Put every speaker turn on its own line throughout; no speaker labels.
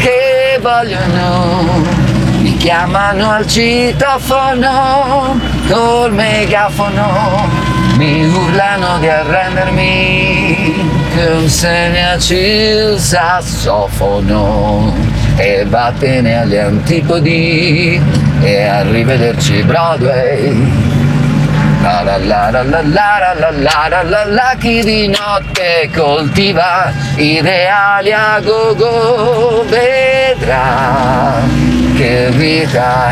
che vogliono, mi chiamano al citofono col megafono, mi urlano di arrendermi, consegnaci il sassofono e vattene agli antipodi e arrivederci Broadway. La la la la la la la la la la la, chi di notte coltiva ideali a go-go vedrà che vita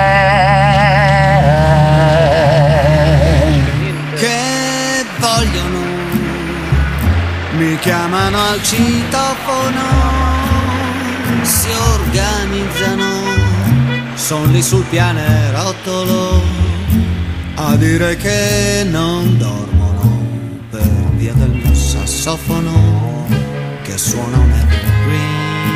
è.
Che vogliono, mi chiamano al citofono, si organizzano, son lì sul pianerottolo a dire che non dormono per via del mio sassofono che suona un evergreen.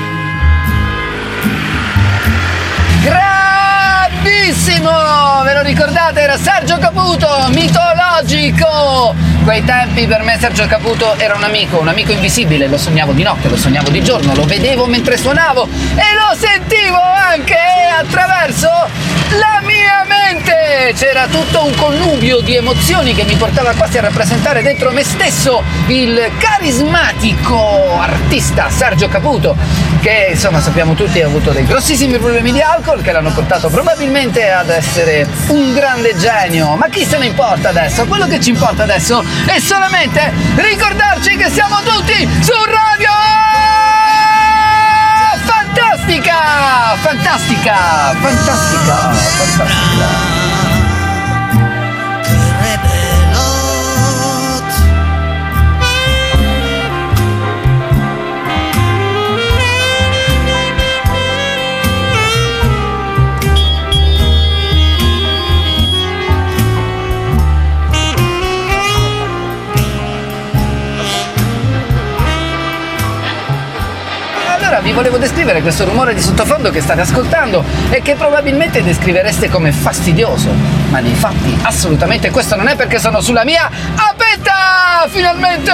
Grandissimo! Ve lo ricordate? Era Sergio Caputo, mitologico! Quei tempi per me Sergio Caputo era un amico invisibile, lo sognavo di notte, lo sognavo di giorno, lo vedevo mentre suonavo e lo sentivo anche attraverso la mia mente. C'era tutto un connubio di emozioni che mi portava quasi a rappresentare dentro me stesso il carismatico artista Sergio Caputo, che insomma sappiamo tutti ha avuto dei grossissimi problemi di alcol che l'hanno portato probabilmente ad essere un grande genio. Ma chi se ne importa adesso? Quello che ci importa adesso è solamente ricordarci che siamo tutti su Radio Fantastica! Fantastica! Fantastica! Fantastica! Vi volevo descrivere questo rumore di sottofondo che state ascoltando e che probabilmente descrivereste come fastidioso, ma nei fatti assolutamente questo non è, perché sono sulla mia Apetta! Finalmente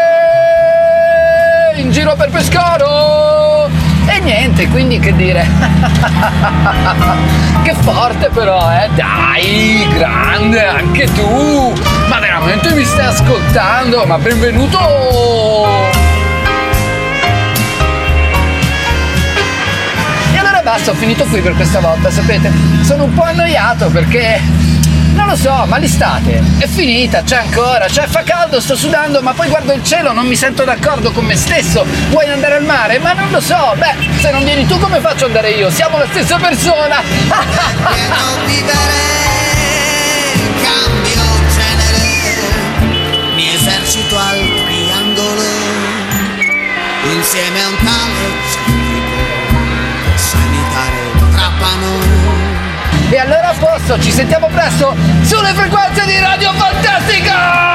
in giro per Pescaro! E niente, quindi che dire? Che forte però, dai, grande anche tu! Ma veramente mi stai ascoltando? Ma benvenuto! Basta, ho finito qui per questa volta, sapete? Sono un po' annoiato perché, non lo so, ma l'estate è finita, c'è ancora, fa caldo, sto sudando, ma poi guardo il cielo, non mi sento d'accordo con me stesso. Vuoi andare al mare? Ma non lo so, se non vieni tu come faccio ad andare io? Siamo la stessa persona!
Cambio genere, mi esercito al triangolo, insieme a un tale
E allora a posto, ci sentiamo presto sulle frequenze di Radio Fantastica!